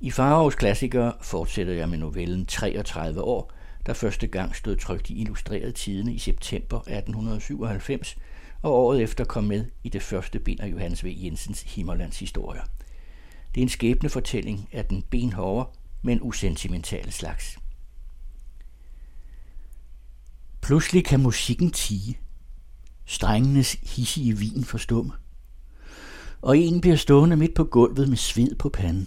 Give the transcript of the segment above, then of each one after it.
I Faraos klassikere fortsætter jeg med novellen 33 år, der første gang stod trykt i Illustreret Tidende i september 1897, og året efter kom med i det første bind af Johannes V. Jensens Himmerlands historier. Det er en skæbnefortælling af den benhårde, men usentimentale slags. Pludselig kan musikken tie, strengenes hissige vin forstumme, og en bliver stående midt på gulvet med sved på panden.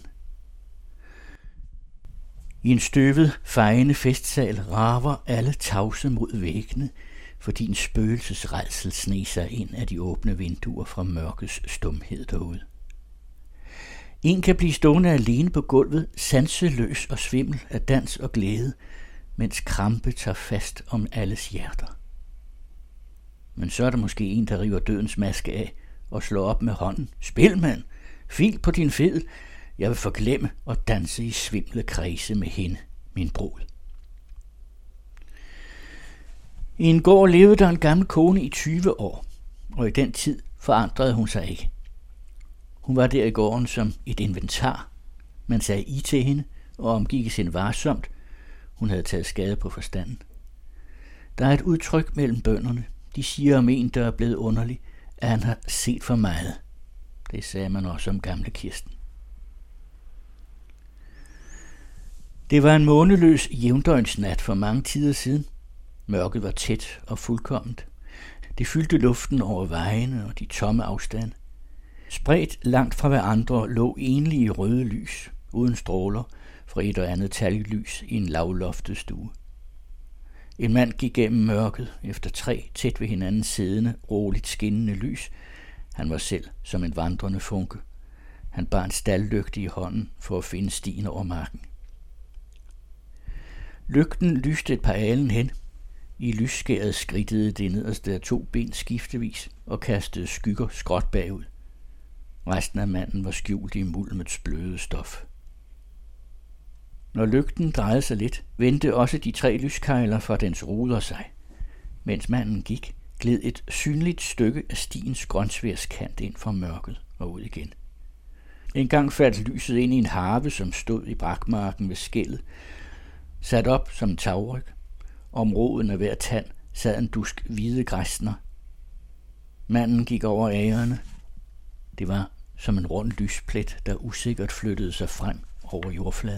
I en støvet, fejende festsal raver alle tavse mod væggene, fordi en spøgelsesrædsel sneg sig ind af de åbne vinduer fra mørkets stumhed derude. En kan blive stående alene på gulvet, sanseløs og svimmel af dans og glæde, mens krampe tager fast om alles hjerter. Men så er der måske en, der river dødens maske af og slår op med hånden. Spil, mand! Fil på din fed! Jeg vil forglemme og danse i svimle kredse med hende, min brud. I en gård levede der en gammel kone i 20 år, og i den tid forandrede hun sig ikke. Hun var der i gården som et inventar. Man sagde i til hende og omgikkes hende varsomt. Hun havde taget skade på forstanden. Der er et udtryk mellem bønderne. De siger om en, der er blevet underlig, at han har set for meget. Det sagde man også om gamle Kirsten. Det var en måneløs jævndøgnsnat for mange tider siden. Mørket var tæt og fuldkomment. Det fyldte luften over vejene og de tomme afstande. Spredt langt fra hverandre lå enlige røde lys, uden stråler, fra et og andet talglys i en lavloftet stue. En mand gik gennem mørket efter 3 tæt ved hinanden siddende, roligt skinnende lys. Han var selv som en vandrende funke. Han bar en staldlygte i hånden for at finde stien over marken. Lygten lyste et par alen hen. I lysskæret skridtede det nederste af 2 ben skiftevis og kastede skygger skråt bagud. Resten af manden var skjult i mulmets bløde stof. Når lygten drejede sig lidt, vendte også de 3 lyskejler fra dens ruder sig. Mens manden gik, gled et synligt stykke af stiens grønsværskant ind fra mørket og ud igen. En gang faldt lyset ind i en harve, som stod i brakmarken ved skellet, sat op som en tagryg. Om roden af hver tand sad en dusk hvide græsner. Manden gik over agerne. Det var som en rund lysplet, der usikkert flyttede sig frem over jordfladen.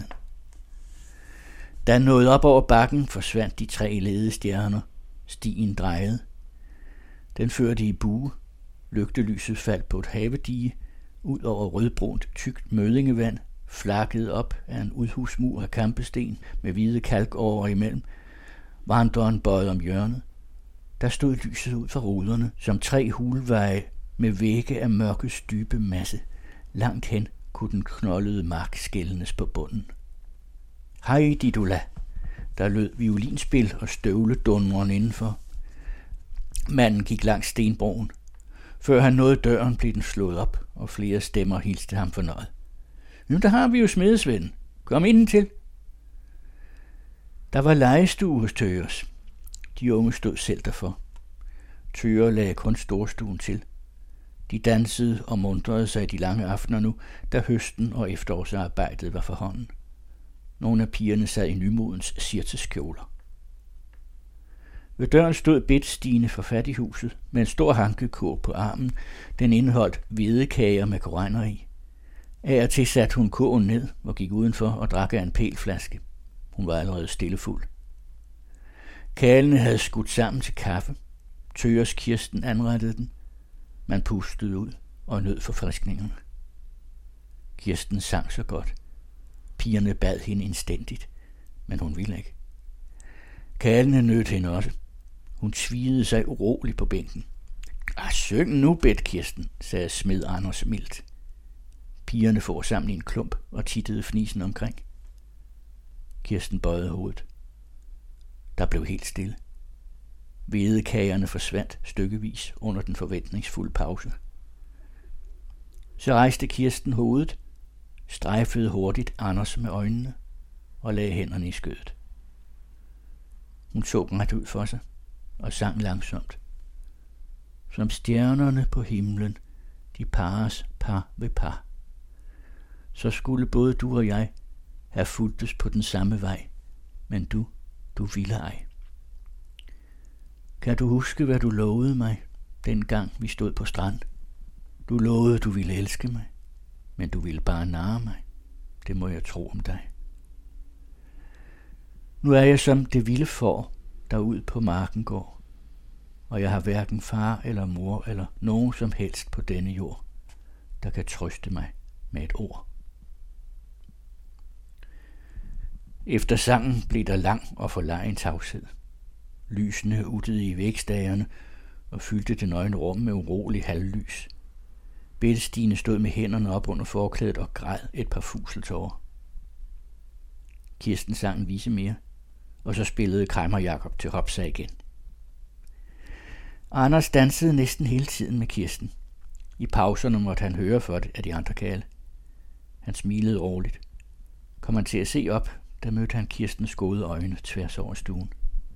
Da han nåede op over bakken, forsvandt de 3 ledestjerner. Stien drejede. Den førte i bue. Lygtelyset faldt på et havedige, ud over rødbrunt tykt mødingevand, flakket op af en udhusmur af kampesten med hvide kalkårer imellem. Vandreren bøjede om hjørnet. Der stod lyset ud fra ruderne som 3 hulveje med vægge af mørkets dybe masse. Langt hen kunne den knoldede mark skælnes på bunden. Hej, Didula! Der lød violinspil og støvledundren indenfor. Manden gik langs stenbroen. Før han nåede døren, blev den slået op, og flere stemmer hilste ham fornøjet. Nu, der har vi jo smedesvenden. Kom ind til. Der var legestue hos Tøgers. De unge stod selv derfor. Tøger lagde kun storstuen til. De dansede og muntrede sig de lange aftener nu, da høsten og efterårsarbejdet var for hånden. Nogle af pigerne sad i nymodens sirteskjoler. Ved døren stod Bette-Stine for fattighuset med en stor hankekurv på armen. Den indeholdt hvedekager med koraner i. Af og til satte hun kurven ned og gik udenfor og drak af en pælflaske. Hun var allerede stillefuld. Kalene havde skudt sammen til kaffe. Tøgers Kirsten anrettede den. Man pustede ud og nød forfriskningerne. Kirsten sang så godt. Pigerne bad hende indstændigt, men hun ville ikke. Kalene nød hende også. Hun svigede sig uroligt på bænken. Syng nu, Bette Kirsten, sagde smed Anders mildt. Pigerne får sammen i en klump og tittede fnisen omkring. Kirsten bøjede hovedet. Der blev helt stille. Hvedekagerne forsvandt stykkevis under den forventningsfulde pause. Så rejste Kirsten hovedet, strejfede hurtigt Anders med øjnene og lagde hænderne i skødet. Hun så ret ud for sig og sang langsomt. Som stjernerne på himlen, de pares par ved par. Så skulle både du og jeg have fulgtes på den samme vej, men du ville ej. Kan du huske, hvad du lovede mig, dengang vi stod på strand? Du lovede, du ville elske mig, men du ville bare narre mig. Det må jeg tro om dig. Nu er jeg som det vilde får, der ud på marken går, og jeg har hverken far eller mor eller nogen som helst på denne jord, der kan trøste mig med et ord. Efter sangen blev der lang og forlegen tavshed. Lysene uttede i vægstagerne og fyldte det nøgne rum med urolig halvlys. Bette Stine stod med hænderne op under forklædet og græd et par fuseltårer. Kirsten sang en vise mere, og så spillede Kræmmer Jakob til Hopsa igen. Anders dansede næsten hele tiden med Kirsten. I pauserne måtte han høre for det af de andre karle. Han smilede roligt. Kom han til at se op, der mødte han Kirstens gode øjne tværs over stuen.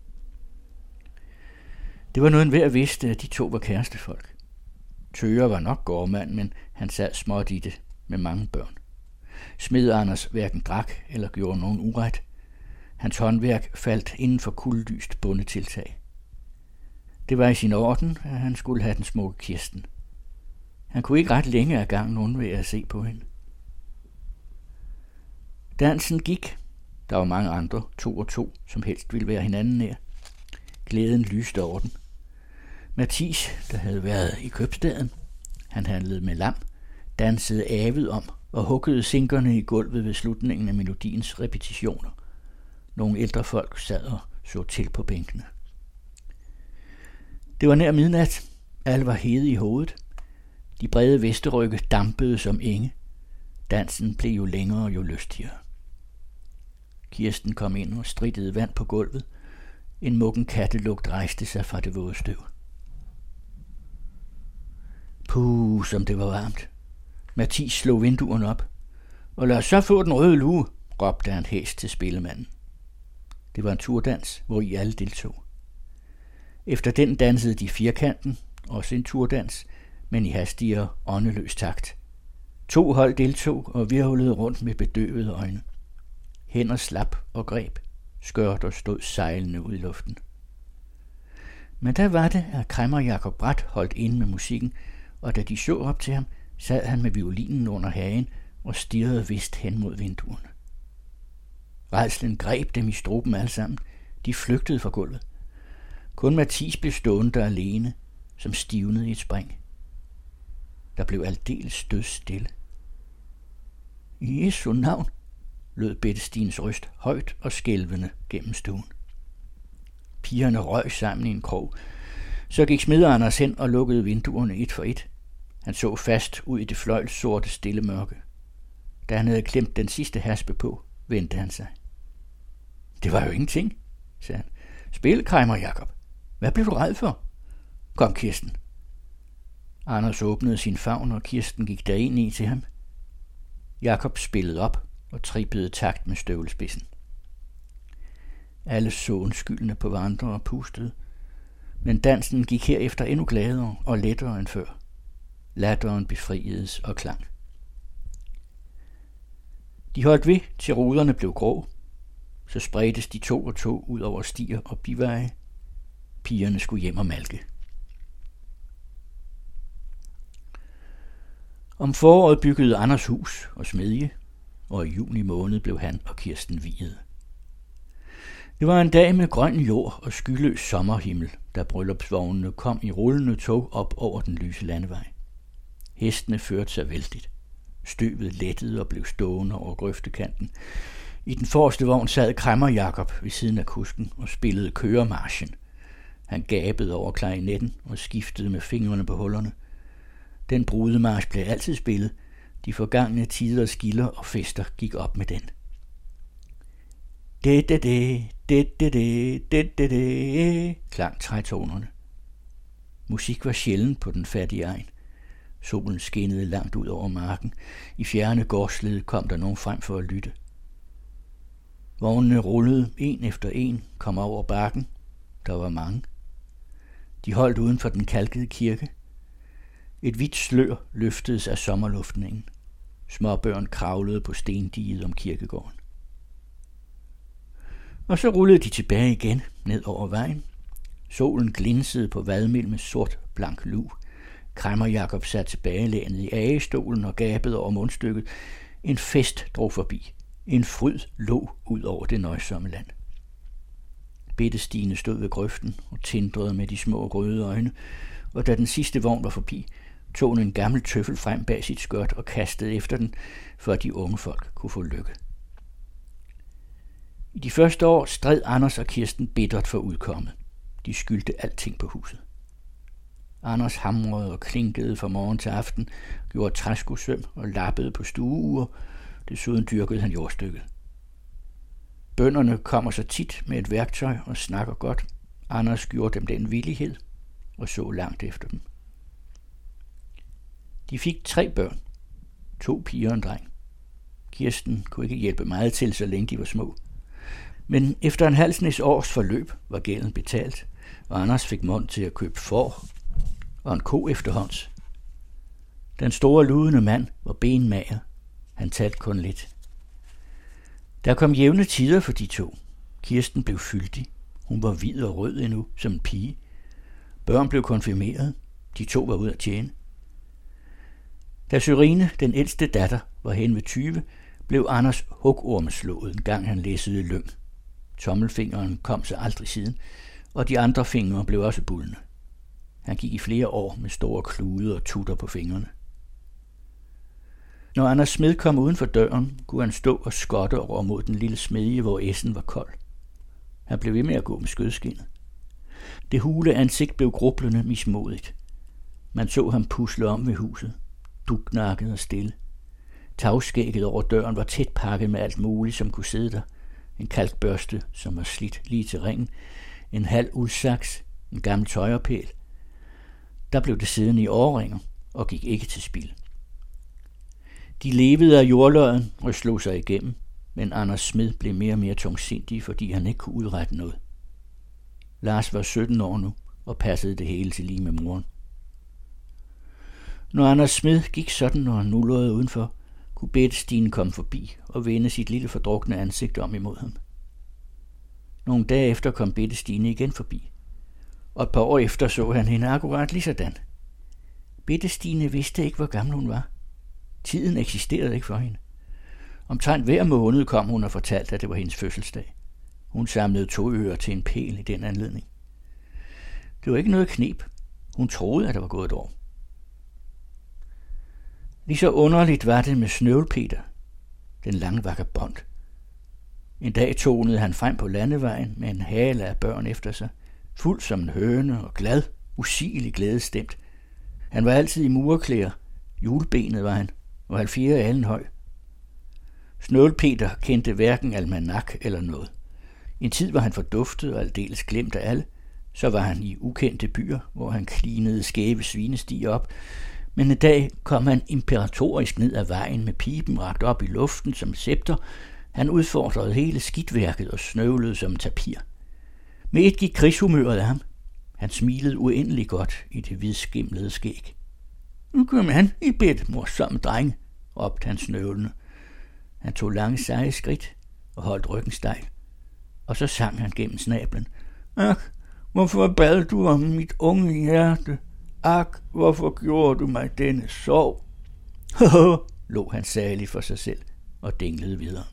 Det var noget enhver vidste, at de to var kærestefolk. Tøger var nok gårdmand, men han sad småt i det med mange børn. Smed Anders hverken drak eller gjorde nogen uret. Hans håndværk faldt inden for kuldlyst bondetiltag. Det var i sin orden, at han skulle have den smukke Kirsten. Han kunne ikke ret længe af gangen undvære at se på hende. Dansen gik. Der var mange andre, 2 og 2, som helst ville være hinanden nær. Glæden lyste over den. Mathis, der havde været i købstaden, han handlede med lam, dansede avet om og huggede sinkerne i gulvet ved slutningen af melodiens repetitioner. Nogle ældre folk sad og så til på bænkene. Det var nær midnat. Alle var hede i hovedet. De brede vesterrykke dampede som enge. Dansen blev jo længere og jo lystigere. Kirsten kom ind og strittede vand på gulvet. En muggen kattelugt rejste sig fra det våde støv. Puh, som det var varmt. Mathis slog vinduerne op. Og lad os så få den røde lue, råbte han hæst til spillemanden. Det var en turdans, hvor I alle deltog. Efter den dansede de firkanten, også en turdans, men i hastigere, åndeløs takt. 2 hold deltog og virvlede rundt med bedøvede øjne. Hænder slap og greb. Skørter stod sejlende ud i luften. Men der var det, at Kræmmer Jakob Bratt holdt inde med musikken, og da de så op til ham, sad han med violinen under hagen og stirrede vist hen mod vinduerne. Rædslen greb dem i struben alle sammen. De flygtede fra gulvet. Kun Mathis blev stående der alene, som stivnede i et spring. Der blev aldeles dødsstille. I Jesu navn, lød Bette Stines røst højt og skælvende gennem stuen. Pigerne røg sammen i en krog. Så gik smed Anders hen og lukkede vinduerne et for et. Han så fast ud i det fløjlssorte stille mørke. Da han havde klemt den sidste haspe på, vendte han sig. Det var jo ingenting, sagde han. Spil, Kræmmer Jakob. Hvad blev du ræd for? Kom, Kirsten. Anders åbnede sin favn, og Kirsten gik derind i til ham. Jakob spillede op og trippede takt med støvlespidsen. Alle så undskyldende på hverandre og pustede, men dansen gik herefter endnu gladere og lettere end før. Latteren befriedes og klang. De holdt ved, til ruderne blev grå. Så spredtes de 2 og 2 ud over stier og biveje. Pigerne skulle hjem og malke. Om foråret byggede Anders hus og smedje, og i juni måned blev han og Kirsten viet. Det var en dag med grøn jord og skyløs sommerhimmel, da bryllupsvognene kom i rullende tog op over den lyse landevej. Hestene førte sig vældigt. Støvet lettede og blev stående over grøftekanten. I den forreste vogn sad Kræmmer Jakob ved siden af kusken og spillede køremarchen. Han gabede over klarinetten og skiftede med fingrene på hullerne. Den brudemarch blev altid spillet. De forgangne tiders gilder og fester gik op med den. Det, klang trætonerne. Musik var sjældent på den fattige egen. Solen skinnede langt ud over marken. I fjerne gårdsled kom der nogen frem for at lytte. Vognene rullede en efter en, kom over bakken. Der var mange. De holdt uden for den kalkede kirke. Et hvidt slør løftedes af sommerluftningen. Småbørn kravlede på stendiget om kirkegården. Og så rullede de tilbage igen ned over vejen. Solen glinsede på vadmel med sort blank lug. Kræmmer Jakob sat tilbagelænet i agestolen og gabede over mundstykket. En fest drog forbi. En fryd lå ud over det nøjsomme land. Bitte Stine stod ved grøften og tindrede med de små røde øjne, og da den sidste vogn var forbi, tog hun en gammel tøffel frem bag sit skørt og kastede efter den, for at de unge folk kunne få lykke. I de første år stred Anders og Kirsten bittert for udkommet. De skyldte alting på huset. Anders hamrede og klinkede fra morgen til aften, gjorde træskosøm og lappede på stueuger. Desuden dyrkede han jordstykket. Bønderne kommer så tit med et værktøj og snakker godt. Anders gjorde dem den villighed og så langt efter dem. De fik 3 børn. 2 piger og en dreng. Kirsten kunne ikke hjælpe meget til, så længe de var små. Men efter en halv snes års forløb var gælden betalt, og Anders fik mund til at købe får og en ko efterhånds. Den store ludende mand var benmager. Han talte kun lidt. Der kom jævne tider for de 2. Kirsten blev fyldig. Hun var hvid og rød endnu, som en pige. Børn blev konfirmeret. De 2 var ude at tjene. Da Sørine, den ældste datter, var hen ved 20, blev Anders hugormeslået en gang han læssede lyng. Tommelfingeren kom så aldrig siden, og de andre fingre blev også buldne. Han gik i flere år med store klude og tutter på fingrene. Når Anders Smed kom uden for døren, kunne han stå og skotte over mod den lille smedje, hvor essen var kold. Han blev ved med at gå med skødskinnet. Det hule ansigt blev grublende mismodigt. Man så ham pusle om ved huset, dugknakket og stille. Tagskægget over døren var tæt pakket med alt muligt, som kunne sidde der. En kalkbørste, som var slidt lige til ringen, en halv uldsaks, en gammel tøjerpæl. Der blev det siddende i årringer og gik ikke til spild. De levede af jordløden og slog sig igennem, men Anders Smed blev mere og mere tungsindig, fordi han ikke kunne udrette noget. Lars var 17 år nu og passede det hele til lige med moren. Når Anders Smed gik sådan og nullede udenfor, kunne Bette Stine komme forbi og vende sit lille fordrukne ansigt om imod ham. Nogle dage efter kom Bette Stine igen forbi, og et par år efter så han hende akkurat lige sådan. Bette Stine vidste ikke, hvor gammel hun var. Tiden eksisterede ikke for hende. Omtrent hver måned kom hun og fortalte, at det var hendes fødselsdag. Hun samlede 2 øre til en pæl i den anledning. Det var ikke noget knep. Hun troede, at der var gået et år. Lige så underligt var det med Snøvlepeter, den lange vagabond. En dag tonede han frem på landevejen med en hale af børn efter sig, fuld som en høne og glad, usigelig glædestemt. Han var altid i murklæder. Hjulbenet var han, og 70 alen høj. Snøvlepeter kendte hverken almanak eller noget. En tid var han forduftet og aldeles glemt af alle. Så var han i ukendte byer, hvor han klinede skæve svinestiger op. Men en dag kom han imperatorisk ned ad vejen med piben rakt op i luften som scepter. Han udfordrede hele skidtværket og snøvlede som tapir. Med et gik krigshumøret af ham. Han smilede uendelig godt i det hvidskimlede skæg. Nu kom han i bed, morsomme drenge, råbte han snøvlende. Han tog lange seje skridt og holdt ryggen stejl, og så sang han gennem snablen. Ak, hvorfor bad du om mit unge hjerte? Ak, hvorfor gjorde du mig denne sorg? Haha, lå han salig for sig selv og dinglede videre.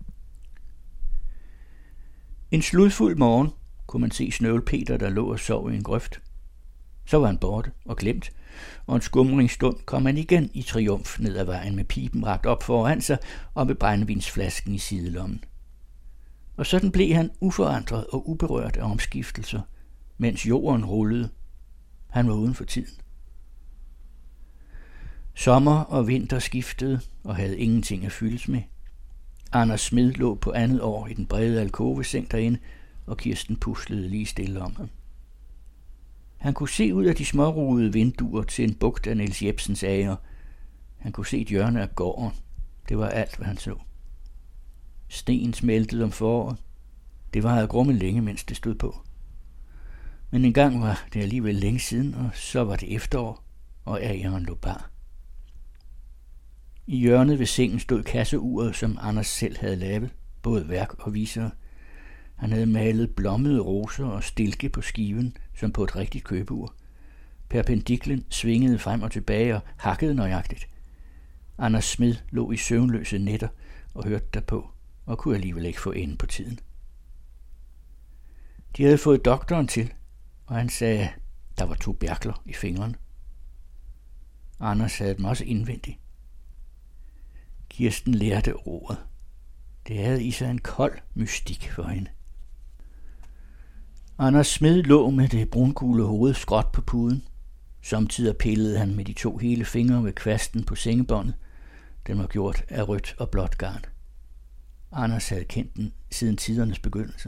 En sludfuld morgen kunne man se Snøvlepeter, der lå og sov i en grøft. Så var han borte og glemt, og en skumringsstund kom han igen i triumf ned ad vejen med piben rakt op foran sig og med brændevinsflasken i sidelommen. Og sådan blev han uforandret og uberørt af omskiftelser, mens jorden rullede. Han var uden for tiden. Sommer og vinter skiftede og havde ingenting at fyldes med. Anders Smed lå på andet år i den brede alkoveseng derinde, og Kirsten puslede lige stille om ham. Han kunne se ud af de smårudede vinduer til en bugt af Niels Jebsens ager. Han kunne se et hjørne af gården. Det var alt, hvad han så. Sten smeltede om foråret. Det varede grumme længe, mens det stod på. Men engang var det alligevel længe siden, og så var det efterår, og ageren lå bar. I hjørnet ved sengen stod kasseuret, som Anders selv havde lavet, både værk og visere. Han havde malet blommede roser og stilke på skiven, som på et rigtigt købeur. Perpendiklen svingede frem og tilbage og hakkede nøjagtigt. Anders Smed lå i søvnløse nætter og hørte derpå, og kunne alligevel ikke få ende på tiden. De havde fået doktoren til, og han sagde, der var 2 bærkler i fingeren. Anders havde dem også indvendigt. Kirsten lærte ordet. Det havde i sig en kold mystik for hende. Anders Smed lå med det brungule hoved skråt på puden. Samtidig pillede han med de 2 hele fingre ved kvasten på sengebåndet. Den var gjort af rødt og blåt garn. Anders havde kendt den siden tidernes begyndelse.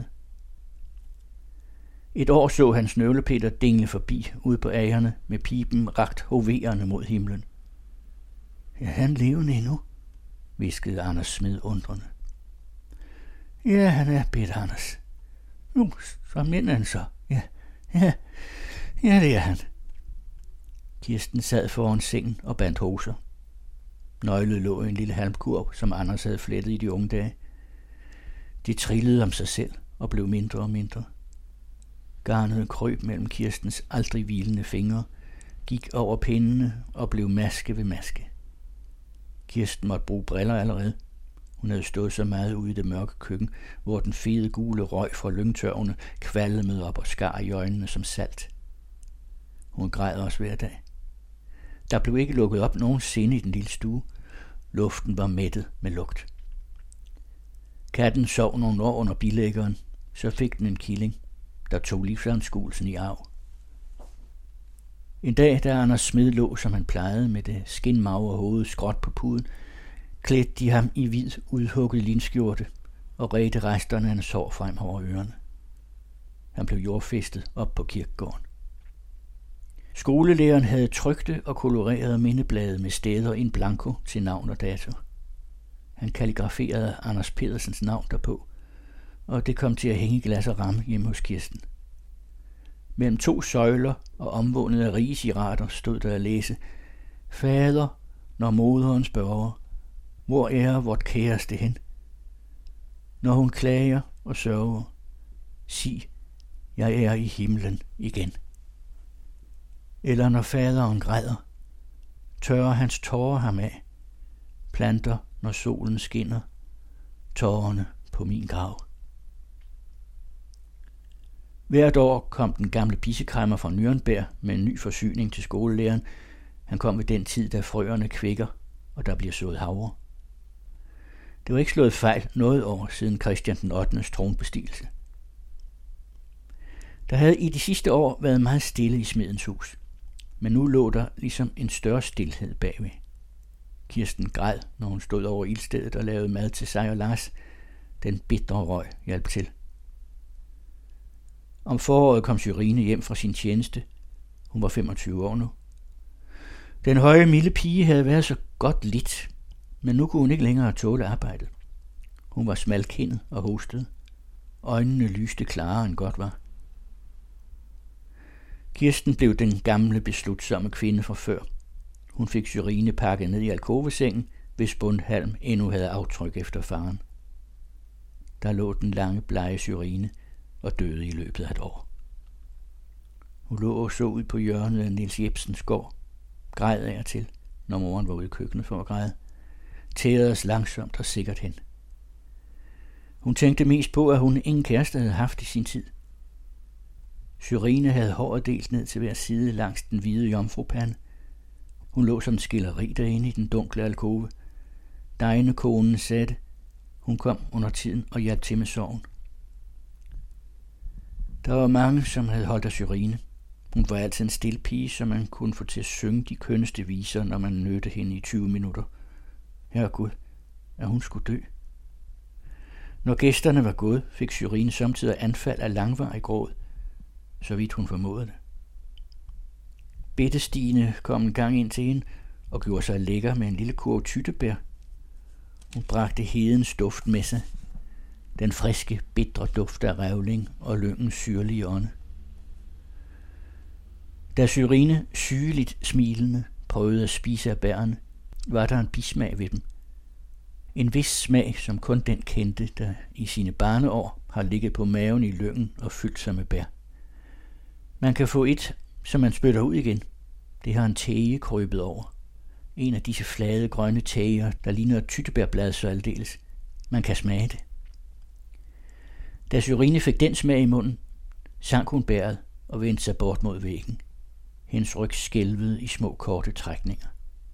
Et år så han Snøvlepeter dingle forbi ude på agerne med piben rakt hoverende mod himlen. Ja, han levende endnu, hviskede Anders Smed undrende. Ja, han er bedt, Anders. Nu, så mener han så. Ja, det er han. Kirsten sad foran sengen og bandt hoser. Nøglet lå i en lille halmkurv, som Anders havde flettet i de unge dage. De trillede om sig selv og blev mindre og mindre. Garnet krøb mellem Kirstens aldrig hvilende fingre, gik over pindene og blev maske ved maske. Kirsten måtte bruge briller allerede. Hun havde stået så meget ude i det mørke køkken, hvor den fede gule røg fra lyngtørvene kvalmede op og skar i øjnene som salt. Hun græd også hver dag. Der blev ikke lukket op nogensinde i den lille stue. Luften var mættet med lugt. Katten sov nogle år under bilæggeren, så fik den en killing, der tog livsanskuelsen i arv. En dag, da Anders Smed lå, som han plejede, med det skinmagre hoved skråt på puden, klædte de ham i hvid udhugget linskjorte og redte resterne af hans hår frem over ørerne. Han blev jordfæstet op på kirkegården. Skolelæreren havde trykte og kolorerede mindeblade med steder in blanco til navn og dato. Han kalligraferede Anders Pedersens navn derpå, og det kom til at hænge i glas og ramme hjemme hos Kirsten. Mellem 2 søjler og omvundet af rige sirater stod der at læse: Fader, når moderen spørger, hvor er vort kæreste hen? Når hun klager og sørger, sig, jeg er i himlen igen. Eller når faderen græder, tørrer hans tårer ham af, planter, når solen skinner, tårerne på min grav. Hvert år kom den gamle pissekræmmer fra Nürnberg med en ny forsyning til skolelæreren. Han kom ved den tid, da frøerne kvækker, og der bliver sået havre. Det var ikke slået fejl noget år siden Christian den 8. tronbestigelse. Der havde i de sidste år været meget stille i smedens hus, men nu lå der ligesom en større stilhed bagved. Kirsten græd, når hun stod over ildstedet og lavede mad til sig og Lars. Den bitre røg hjalp til. Om foråret kom Syrine hjem fra sin tjeneste. Hun var 25 år nu. Den høje, milde pige havde været så godt lidt, men nu kunne hun ikke længere tåle arbejdet. Hun var smalkindet og hostede. Øjnene lyste klarere end godt var. Kirsten blev den gamle, beslutsomme kvinde fra før. Hun fik Syrine pakket ned i alkovesengen, hvis bundhalm endnu havde aftryk efter faren. Der lå den lange, blege Syrine og døde i løbet af et år. Hun lå og så ud på hjørnet af Niels Jebsens gård, græd af og til, når moren var ude i køkkenet for at græde, tæredes langsomt og sikkert hen. Hun tænkte mest på, at hun ingen kæreste havde haft i sin tid. Syrine havde håret delt ned til hver side langs den hvide jomfrupande. Hun lå som skilleri derinde i den dunkle alkove. Dejende konen satte. Hun kom under tiden og hjalp til med sorgen. Der var mange, som havde holdt af Syrine. Hun var altid en stille pige, som man kunne få til at synge de kønneste viser, når man nødte hende i 20 minutter. Herregud, at hun skulle dø. Når gæsterne var gået, fik Syrine samtidig anfald af langvarig gråd, så vidt hun formåede det. Bette Stine kom en gang ind til hende og gjorde sig lækker med en lille kurv tyttebær. Hun bragte hedens duft med sig. Den friske, bitre duft af revling og lyngens syrlige ånde. Da Syrine sygeligt smilende prøvede at spise af bærene, var der en bismag ved dem. En vis smag, som kun den kendte, der i sine barneår har ligget på maven i lyngen og fyldt sig med bær. Man kan få et, som man spytter ud igen. Det har en tæge krybet over. En af disse flade grønne tæger, der ligner et tyttebærblad så aldeles. Man kan smage det. Da Sørine fik den smag i munden, sank hun bæret og vendte sig bort mod væggen. Hendes ryg skælvede i små korte trækninger.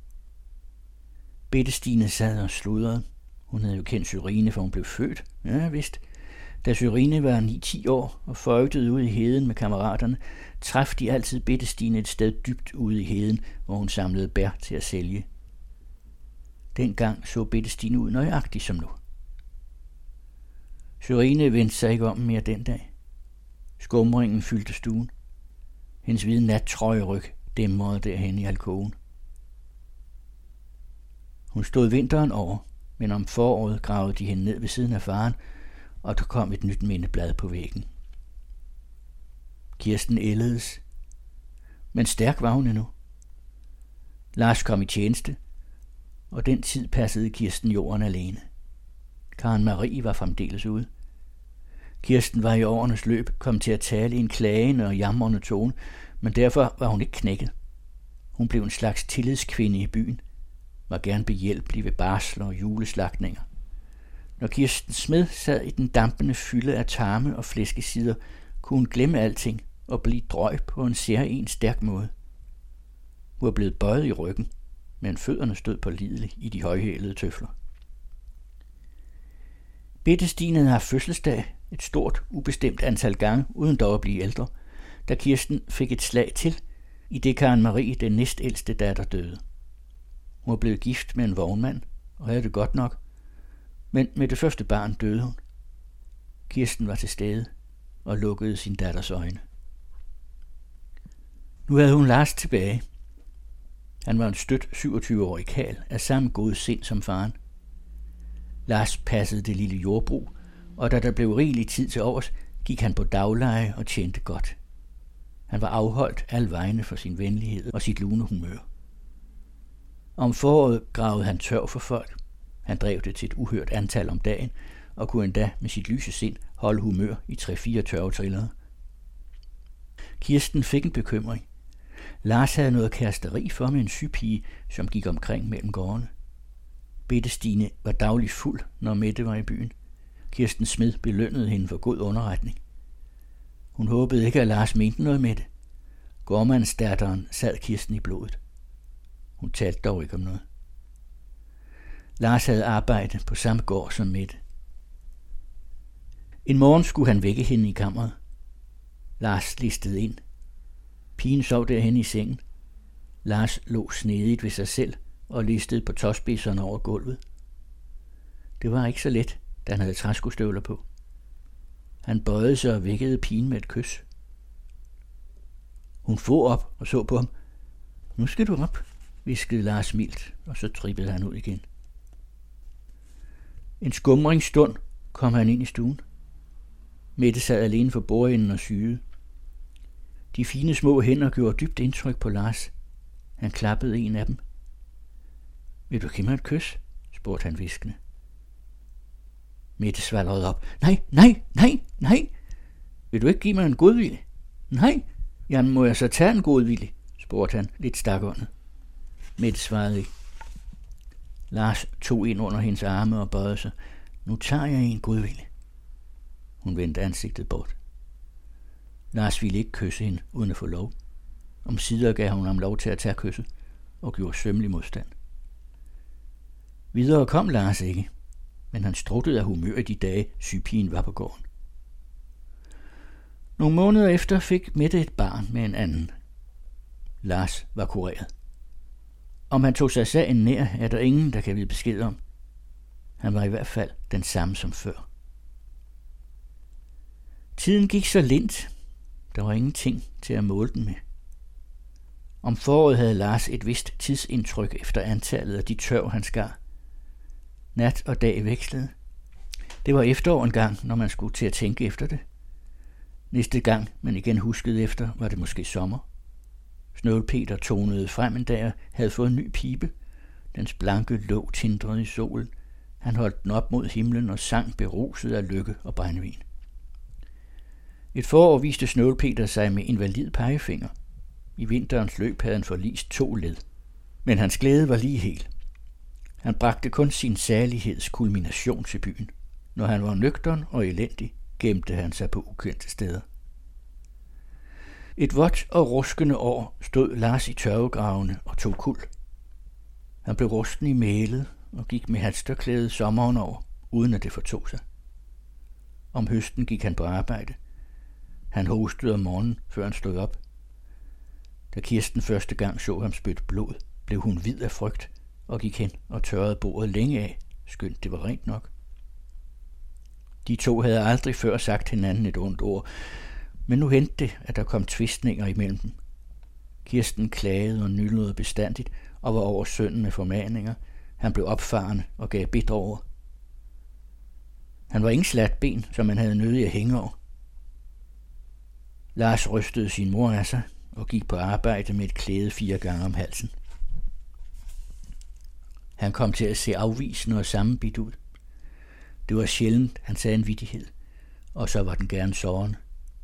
Bette Stine sad og sludrede. Hun havde jo kendt Sørine, for hun blev født. Ja, vist. Da Sørine var 9-10 år og fløjtede ud i heden med kammeraterne, traf de altid Bette Stine et sted dybt ude i heden, hvor hun samlede bær til at sælge. Dengang så Bette Stine ud nøjagtigt som nu. Sørine vendte sig ikke om mere den dag. Skumringen fyldte stuen. Hendes hvide nattrøjeryg dæmrede derhen i alkoven. Hun stod vinteren over, men om foråret gravede de hende ned ved siden af faren, og der kom et nyt mindeblad på væggen. Kirsten ældedes, men stærk var hun endnu. Lars kom i tjeneste, og den tid passede Kirsten jorden alene. Karen Marie var fremdeles ude. Kirsten var i årenes løb kommet til at tale i en klagende og jamrende tone, men derfor var hun ikke knækket. Hun blev en slags tillidskvinde i byen, var gerne behjælpelig ved barsler og juleslagtninger. Når Kirsten Smed sad i den dampende fylde af tarme og flæskesider, kunne hun glemme alting og blive drøj på en særlig stærk måde. Hun var blevet bøjet i ryggen, men fødderne stod pålideligt i de højhælede tøfler. Bette Stine havde haft fødselsdag et stort, ubestemt antal gange, uden dog at blive ældre, da Kirsten fik et slag til, i det Karen Marie, den næstældste datter, døde. Hun var blevet gift med en vognmand og havde det godt nok, men med det første barn døde hun. Kirsten var til stede og lukkede sin datters øjne. Nu havde hun Lars tilbage. Han var en stødt 27-årig karl af samme gode sind som faren. Lars passede det lille jordbrug, og da der blev rigelig tid til overs, gik han på dagleje og tjente godt. Han var afholdt al vegne for sin venlighed og sit lune humør. Om foråret gravede han tørv for folk. Han drev det til et uhørt antal om dagen, og kunne endda med sit lyse sind holde humør i 3-4 tørvetrillere. Kirsten fik en bekymring. Lars havde noget kæresteri for med en sygepige, som gik omkring mellem gårdene. Bette Stine var dagligt fuld, når Mette var i byen. Kirsten Smed belønnede hende for god underretning. Hun håbede ikke, at Lars mente noget med det. Gårdmandsdatteren sad Kirsten i blodet. Hun talte dog ikke om noget. Lars havde arbejde på samme gård som Mette. En morgen skulle han vække hende i kammeret. Lars listede ind. Pigen sov derhen i sengen. Lars lå snedigt ved sig selv og listede på tåspidserne over gulvet. Det var ikke så let, da han havde træskostøvler på. Han bøjede sig og vækkede pigen med et kys. Hun for op og så på ham. Nu skal du op, hviskede Lars mildt, og så trippede han ud igen. En skumringsstund kom han ind i stuen. Mette sad alene for bordenden og syede. De fine små hænder gjorde dybt indtryk på Lars. Han klappede en af dem. Vil du give mig et kys? Spurgte han hviskende. Mette svaldrede op. Nej. Vil du ikke give mig en godvilje? Nej. Jamen må jeg så tage en godvilje? Spurgte han lidt stakåndet. Mette svarede ikke. Lars tog ind under hendes arme og bøjede sig. Nu tager jeg en godvilje. Hun vendte ansigtet bort. Lars ville ikke kysse hende uden at få lov. Omsider gav hun ham lov til at tage kysset og gjorde sømmelig modstand. Videre kom Lars ikke, men han struttede af humør i de dage, sygepigen var på gården. Nogle måneder efter fik Mette et barn med en anden. Lars var kureret. Om han tog sig sagen nær, er der ingen, der kan vide besked om. Han var i hvert fald den samme som før. Tiden gik så lint. Der var ingenting til at måle den med. Om foråret havde Lars et vist tidsindtryk efter antallet af de tørv, han skar. Nat og dag vekslede. Det var efterår en gang, når man skulle til at tænke efter det. Næste gang, man igen huskede efter, var det måske sommer. Snøvlpeter tonede frem en dag og havde fået en ny pibe. Dens blanke låg tindrede i solen. Han holdt den op mod himlen og sang beruset af lykke og brændevin. Et forår viste Snålpeter sig med invalid pegefinger. I vinterens løb havde han forlist 2 led. Men hans glæde var lige hel. Han bragte kun sin særligheds kulmination til byen. Når han var nøgtern og elendig, gemte han sig på ukendte steder. Et vådt og ruskende år stod Lars i tørvegravene og tog kuld. Han blev rusten i mælet og gik med halstørklædet sommeren over, uden at det fortog sig. Om høsten gik han på arbejde. Han hostede om morgenen, før han stod op. Da Kirsten første gang så ham spytte blod, blev hun hvid af frygt og gik hen og tørrede bordet længe af, skønt det var rent nok. De to havde aldrig før sagt hinanden et ondt ord, men nu hentede det, at der kom tvistninger imellem dem. Kirsten klagede og nyldede bestandigt og var over sønnen med formaninger. Han blev opfarende og gav bitre over. Han var ingen slat ben, som man havde nødig at hænge over. Lars rystede sin mor af sig og gik på arbejde med et klæde 4 gange om halsen. Han kom til at se afvisende og sammenbidt ud. Det var sjældent, han sagde en vittighed, og så var den gerne sårende.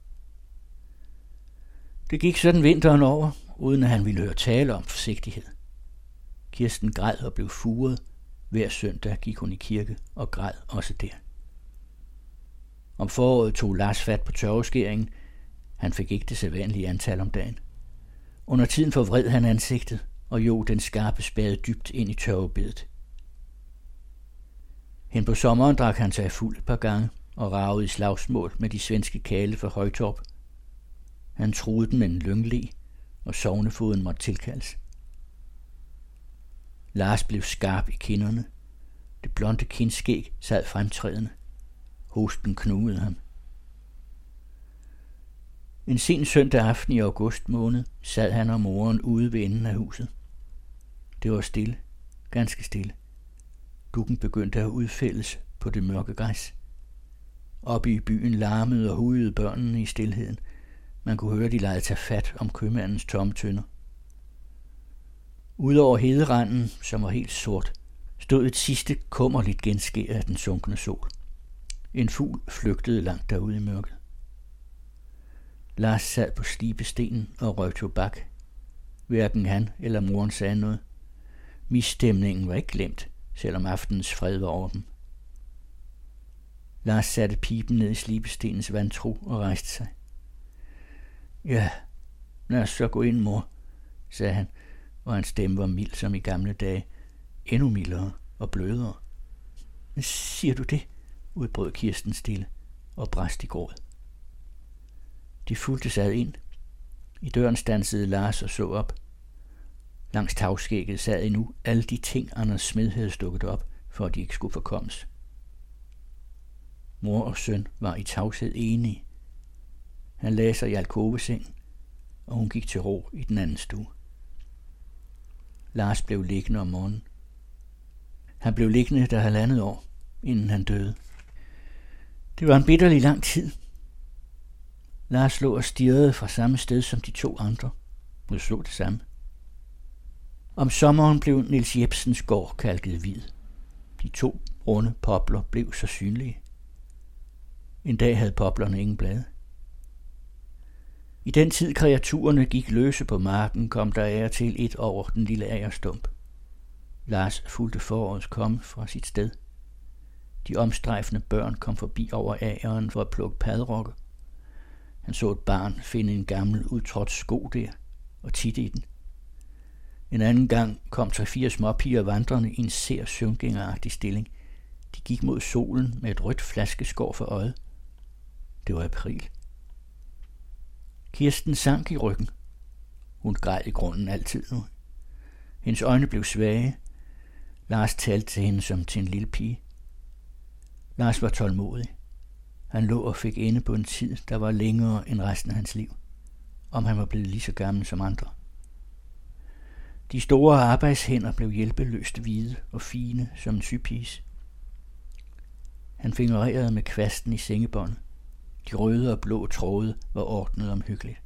Det gik sådan vinteren over, uden at han ville høre tale om forsigtighed. Kirsten græd og blev furet. Hver søndag gik hun i kirke og græd også der. Om foråret tog Lars fat på tørveskæringen. Han fik ikke det sædvanlige antal om dagen. Under tiden forvred han ansigtet og jog den skarpe spade dybt ind i tørvebedet. Hen på sommeren drak han sig fuld et par gange og ragede i slagsmål med de svenske kale fra Højtorp. Han truede den med en lyngli, og sognefoden måtte tilkaldes. Lars blev skarp i kinderne. Det blonde kindskæg sad fremtrædende. Hosten knugede ham. En sen søndag aften i august måned sad han og moren ude ved enden af huset. Det var stille, ganske stille. Dukken begyndte at udfældes på det mørke græs. Oppe i byen larmede og hujede børnene i stilheden. Man kunne høre, de legede tage fat om købmandens tomme tønder. Udover hederanden, som var helt sort, stod et sidste kummerligt genskær af den sunkne sol. En fugl flygtede langt derude i mørket. Lars sad på slibestenen og røg tobak. Hverken han eller moren sagde noget. Misstemningen var ikke glemt, selvom aftenens fred var over dem. Lars satte piben ned i slibestenens vandtro og rejste sig. Ja, lad os så gå ind, mor, sagde han, og hans stemme var mild som i gamle dage, endnu mildere og blødere. Siger du det? Udbrød Kirsten stille og brast i gråd. De fulgte sig ind. I døren standsede Lars og så op. Langs tagskægget sad endnu alle de ting, Anders Smed havde stukket op, for at de ikke skulle forkommes. Mor og søn var i tavshed enige. Han lagde sig i alkovesengen, og hun gik til ro i den anden stue. Lars blev liggende om morgenen. Han blev liggende der 1,5 år, inden han døde. Det var en bitterlig lang tid. Lars lå og stirrede fra samme sted som de 2 andre. Nu slog det samme. Om sommeren blev Niels Jebsens gård kalket hvid. De 2 runde popler blev så synlige. En dag havde poplerne ingen blade. I den tid kreaturerne gik løse på marken, kom der af og til et over den lille agerstump. Lars fulgte forårets komme fra sit sted. De omstrejfende børn kom forbi over ageren for at plukke padrokker. Han så et barn finde en gammel udtrådt sko der og titte i den. En anden gang kom 3-4 småpiger vandrende i en sær søvngængeragtig stilling. De gik mod solen med et rødt flaskeskår for øjet. Det var april. Kirsten sank i ryggen. Hun græd i grunden altid nu. Hendes øjne blev svage. Lars talte til hende som til en lille pige. Lars var tålmodig. Han lå og fik ende på en tid, der var længere end resten af hans liv, om han var blevet lige så gammel som andre. De store arbejdshænder blev hjælpeløst hvide og fine som en sypiges. Han fingererede med kvasten i sengebåndet. De røde og blå tråde var ordnet omhyggeligt.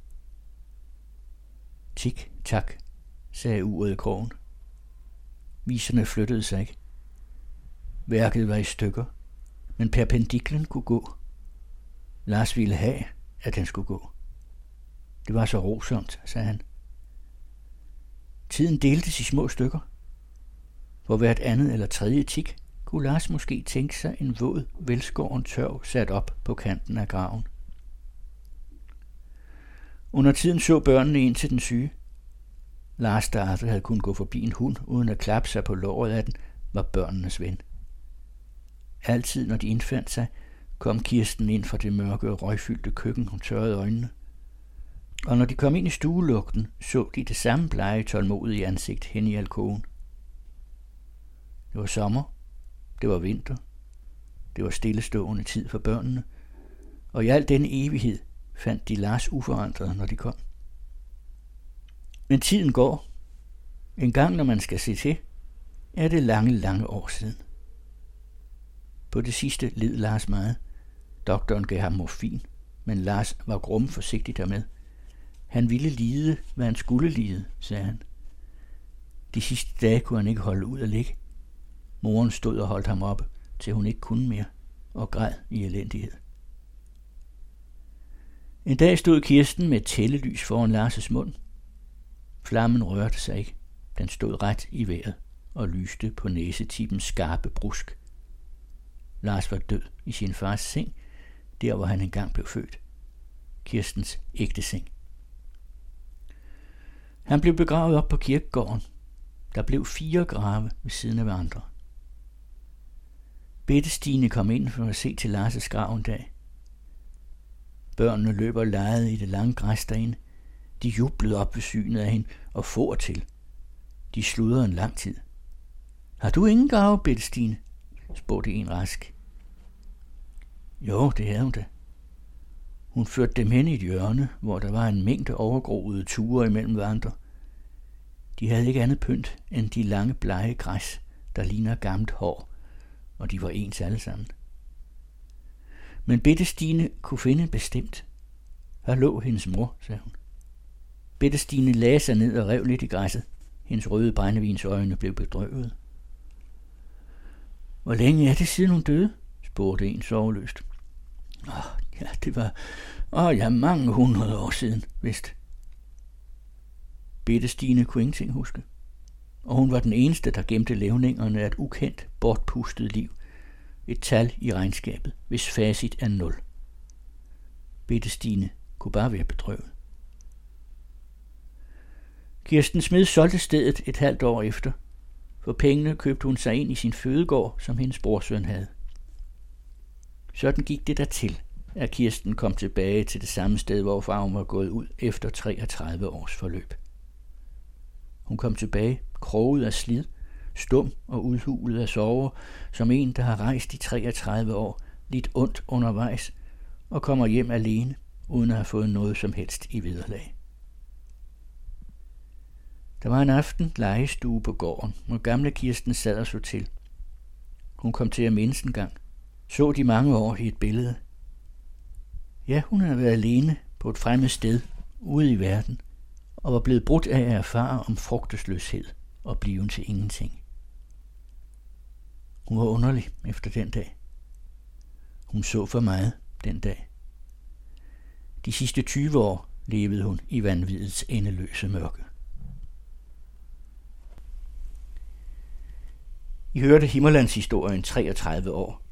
Tik, tak, sagde uret i krogen. Viserne flyttede sig ikke. Værket var i stykker, men perpendiklen kunne gå. Lars ville have, at han skulle gå. Det var så rosomt, sagde han. Tiden deltes i små stykker. Hvor hvert andet eller tredje tik kunne Lars måske tænke sig en våd, velskåren tørv sat op på kanten af graven. Under tiden så børnene ind til den syge. Lars, der aldrig havde kunnet gå forbi en hund uden at klappe sig på låret af den, var børnenes ven. Altid, når de indfandt sig, kom Kirsten ind fra det mørke og røgfyldte køkken og tørrede øjnene. Og når de kom ind i stuelugten, så de det samme blege, tålmodige ansigt hen i alkoven. Det var sommer, det var vinter, det var stillestående tid for børnene, og i al denne evighed fandt de Lars uforandret, når de kom. Men tiden går. En gang, når man skal se til, er det lange år siden. På det sidste led Lars meget. Doktoren gav ham morfin, men Lars var grum forsigtig dermed. Han ville lide, hvad han skulle lide, sagde han. De sidste dage kunne han ikke holde ud at ligge. Moren stod og holdt ham oppe, til hun ikke kunne mere, og græd i elendighed. En dag stod Kirsten med et tællelys foran Lars' mund. Flammen rørte sig ikke. Den stod ret i vejret og lyste på næsetippens skarpe brusk. Lars var død i sin fars seng, der hvor han engang blev født. Kirstens ægte seng. Han blev begravet op på kirkegården. Der blev 4 grave ved siden af hverandre. Bette Stine kom ind for at se til Lars' grav en dag. Børnene løb og legede i det lange græs derinde. De jublede op ved synet af hende og for til. De sludrede en lang tid. Har du ingen grave, Bette Stine? Spurgte en rask. Jo, det havde hun da. Hun førte dem hen i et hjørne, hvor der var en mængde overgroede ture imellem hverandre. De havde ikke andet pynt end de lange blege græs, der ligner gammelt hår, og de var ens alle sammen. Men Bette Stine kunne finde bestemt. Her lå hendes mor, sagde hun. Bette Stine lagde sig ned og rev lidt i græsset. Hendes røde brændevinsøjne blev bedrøvet. Hvor længe er det siden hun døde? Spurgte en sorgløst. Ja, det var mange 100 år siden, vist. Bette Stine kunne ingenting huske, og hun var den eneste, der gemte levningerne af et ukendt, bortpustet liv. Et tal i regnskabet, hvis facit er 0. Bette Stine kunne bare være bedrøvet. Kirsten Smed solgte stedet et halvt år efter. For pengene købte hun sig ind i sin fødegård, som hendes brorsøn havde. Sådan gik det dertil, at Kirsten kom tilbage til det samme sted, hvor far hun var gået ud efter 33 års forløb. Hun kom tilbage, kroget af slid, stum og udhulet af sorger, som en, der har rejst i 33 år, lidt ondt undervejs, og kommer hjem alene, uden at have fået noget som helst i vederlag. Der var en aften legestue på gården, hvor gamle Kirsten sad og så til. Hun kom til at mindes en gang, så de mange år i et billede. Ja, hun havde været alene på et fremmed sted, ude i verden, og var blevet brudt af at erfare om frugtesløshed og blive til ingenting. Hun var underlig efter den dag. Hun så for meget den dag. De sidste 20 år levede hun i vanviddets endeløse mørke. I hørte Himmerlandshistorien 33 år